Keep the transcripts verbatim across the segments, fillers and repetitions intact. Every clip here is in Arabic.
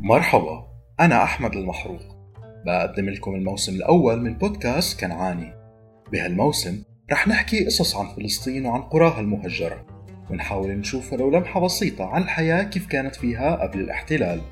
مرحبا، أنا أحمد المحروق. بقدم لكم الموسم الأول من بودكاست كنعاني. بهالموسم رح نحكي قصص عن فلسطين وعن قراها المهجرة، ونحاول نشوف ولو لمحة بسيطة عن الحياة كيف كانت فيها قبل الاحتلال.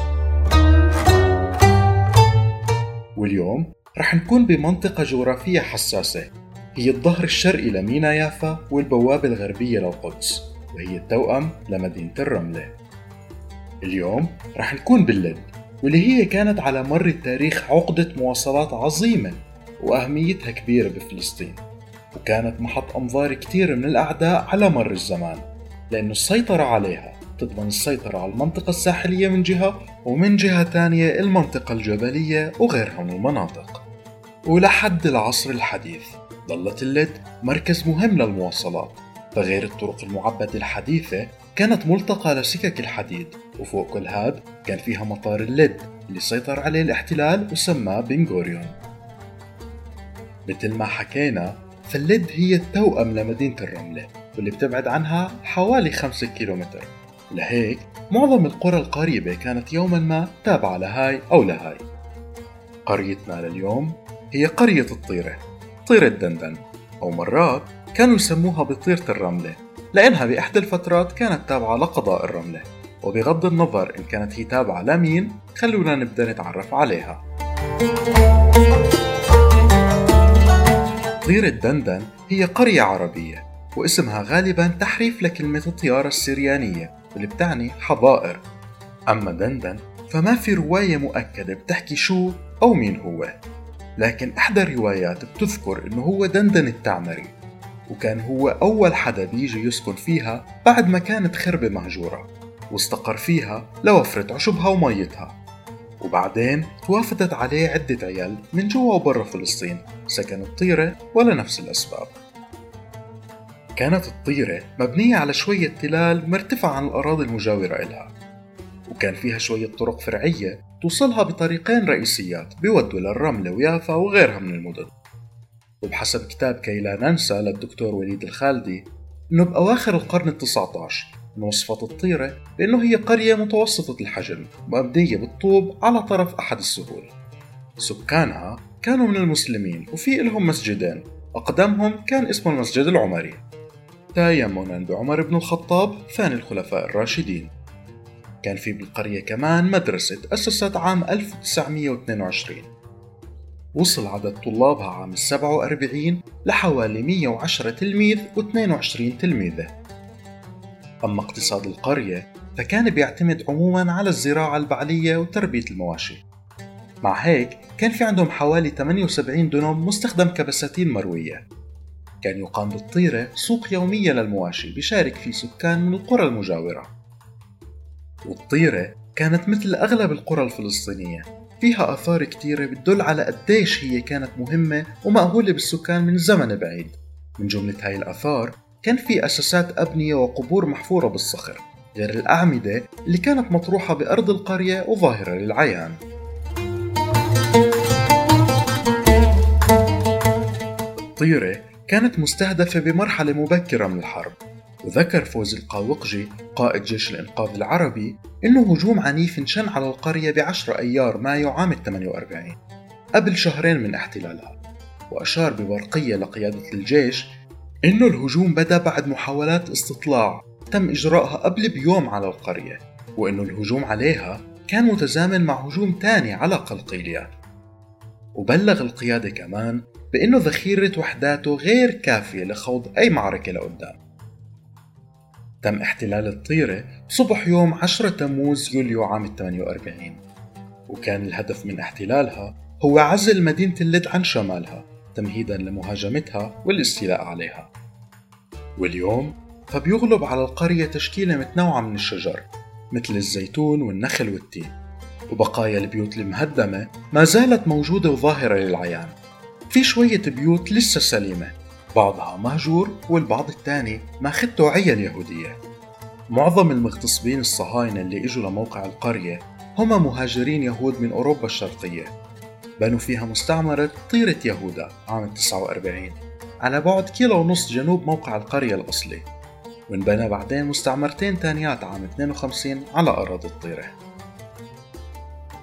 واليوم رح نكون بمنطقة جغرافية حساسة، هي الظهر الشرقي لميناء يافا والبوابة الغربية للقدس، وهي التوأم لمدينة الرملة. اليوم رح نكون باللد، واللي هي كانت على مر التاريخ عقدة مواصلات عظيمة وأهميتها كبيرة بفلسطين، وكانت محط أنظار كتير من الأعداء على مر الزمان، لأنه السيطرة عليها تضمن السيطرة على المنطقة الساحلية من جهة، ومن جهة تانية المنطقة الجبلية وغيرها من المناطق. ولحد العصر الحديث ظلت اللد مركز مهم للمواصلات، فغير الطرق المعبدة الحديثة كانت ملتقى لسكك الحديد، وفوق كل هاد كان فيها مطار اللد اللي سيطر عليه الاحتلال وسماه بن غوريون. مثل ما حكينا، فاللد هي التوأم لمدينة الرملة، واللي بتبعد عنها حوالي خمسة كيلومتر. لهيك معظم القرى القريبة كانت يوما ما تابعة لهاي أو لهاي. قريتنا لليوم هي قرية الطيرة، طيرة دندن، أو مرات كانوا يسموها بطيرة الرملة، لأنها بإحدى الفترات كانت تابعة لقضاء الرملة. وبغض النظر إن كانت هي تابعة لمين، خلونا نبدأ نتعرف عليها. طيرة دندن هي قرية عربية، واسمها غالبا تحريف لكلمة الطيارة السريانية واللي بتعني حظائر. أما دندن فما في رواية مؤكدة بتحكي شو أو مين هو، لكن إحدى الروايات بتذكر إنه هو دندن التعمري، وكان هو أول حدا بيجي يسكن فيها بعد ما كانت خربة مهجورة، واستقر فيها لوفرة عشبها وميتها. وبعدين توافدت عليه عدة عيال من جوا وبرا فلسطين سكنوا الطيرة ولا نفس الأسباب. كانت الطيرة مبنية على شوية تلال مرتفعة عن الأراضي المجاورة إلها، وكان فيها شوية طرق فرعية توصلها بطريقين رئيسيات بيودوا للرملة ويافا وغيرها من المدن. وبحسب كتاب كي لا ننسى للدكتور وليد الخالدي، إنه بأواخر القرن التسعة عشر وصفت الطيرة بأنه هي قرية متوسطة الحجم مبنية بالطوب على طرف أحد السهول. سكانها كانوا من المسلمين، وفي لهم مسجدين، أقدمهم كان اسمه المسجد العمري، تيمنا بعمر بن الخطاب ثاني الخلفاء الراشدين. كان في بالقرية كمان مدرسة تأسست عام ألف وتسعمية واثنين وعشرين، وصل عدد طلابها عام السبعة وأربعين لحوالي مية وعشرة تلميذ واثنين وعشرين تلميذة. أما اقتصاد القرية فكان بيعتمد عموما على الزراعة البعلية وتربية المواشي. مع هيك كان في عندهم حوالي ثمانية وسبعين دنم مستخدم كبساتين مروية. كان يقام بالطيرة سوق يومية للمواشي بيشارك فيه سكان من القرى المجاورة. والطيرة كانت مثل أغلب القرى الفلسطينية فيها آثار كتيرة بتدل على قديش هي كانت مهمة ومأهولة بالسكان من زمن بعيد. من جملة هاي الآثار كان في أساسات أبنية وقبور محفورة بالصخر، غير الأعمدة اللي كانت مطروحة بأرض القرية وظاهرة للعيان. الطيرة كانت مستهدفة بمرحلة مبكرة من الحرب، وذكر فوزي القاوقجي قائد جيش الإنقاذ العربي إنه هجوم عنيف انشن على القرية بعشرة أيار مايو عام ثمانية وأربعين قبل شهرين من احتلالها. وأشار ببرقية لقيادة الجيش إنه الهجوم بدأ بعد محاولات استطلاع تم إجراءها قبل بيوم على القرية، وإنه الهجوم عليها كان متزامن مع هجوم تاني على قلقيلية. وبلغ القيادة كمان بإنه ذخيرة وحداته غير كافية لخوض أي معركة لقدام. تم احتلال الطيرة صبح يوم عشرة تموز يوليو عام ثمانية وأربعين، وكان الهدف من احتلالها هو عزل مدينة اللد عن شمالها تمهيدا لمهاجمتها والاستيلاء عليها. واليوم فبيغلب على القرية تشكيلة متنوعة من الشجر مثل الزيتون والنخل والتين، وبقايا البيوت المهدمة ما زالت موجودة وظاهرة للعيان. في شوية بيوت لسه سليمة، بعضها مهجور والبعض الثاني ماخدته عيا يهودية. معظم المغتصبين الصهاينة اللي اجوا لموقع القرية هم مهاجرين يهود من أوروبا الشرقية. بنوا فيها مستعمرة طيرة يهودا عام تسعة وأربعين على بعد كيلو ونص جنوب موقع القرية الأصلي، وانبنى بعدين مستعمرتين تانيات عام اثنين وخمسين على أراضي الطيرة.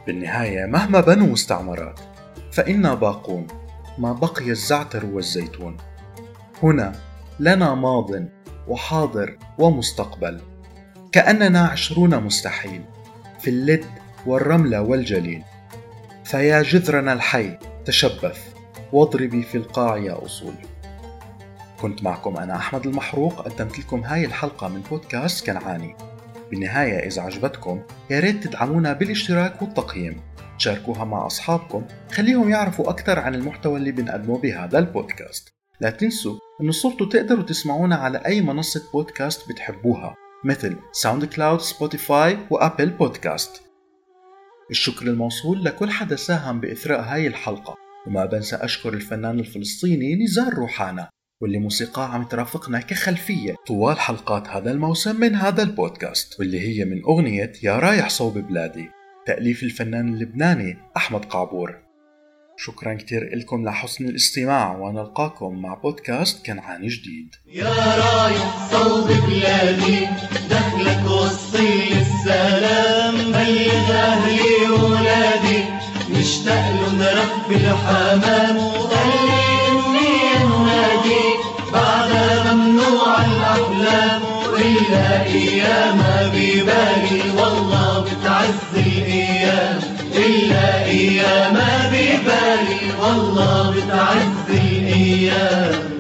بالنهاية مهما بنوا مستعمرات فإنا باقون، ما بقي الزعتر والزيتون. هنا لنا ماض وحاضر ومستقبل، كأننا عشرون مستحيل في اللد والرملة والجليل. فيا جذرنا الحي تشبث واضربي في القاع يا أصول. كنت معكم أنا أحمد المحروق، قدمت لكم هاي الحلقة من بودكاست كنعاني. بالنهاية إذا عجبتكم يا ريت تدعمونا بالاشتراك والتقييم، تشاركوها مع أصحابكم، خليهم يعرفوا أكثر عن المحتوى اللي بنقدمه بهذا البودكاست. لا تنسوا أنه صرتوا تقدروا تسمعونا على أي منصة بودكاست بتحبوها مثل ساوند كلاود، سبوتيفاي وأبل بودكاست. الشكر الموصول لكل حدا ساهم بإثراء هاي الحلقة، وما بنسى أشكر الفنان الفلسطيني نزار روحانا واللي موسيقاه عم ترافقنا كخلفية طوال حلقات هذا الموسم من هذا البودكاست، واللي هي من أغنية يا رايح صوب بلادي تأليف الفنان اللبناني أحمد قعبور. شكرا كتير لكم لحسن الاستماع، ونلقاكم مع بودكاست كنعاني جديد. يا رايح صوب بلادي دخلك وصي السلام، بلغ أهلي وولادي مشتاق لهم رب الحمام، وقلبي إني أنادي بعدها ممنوع الأحلام، وإلا أيام ببالي والله بتعز الأيام، إلا أيام ببالي والله بتعز الأيام.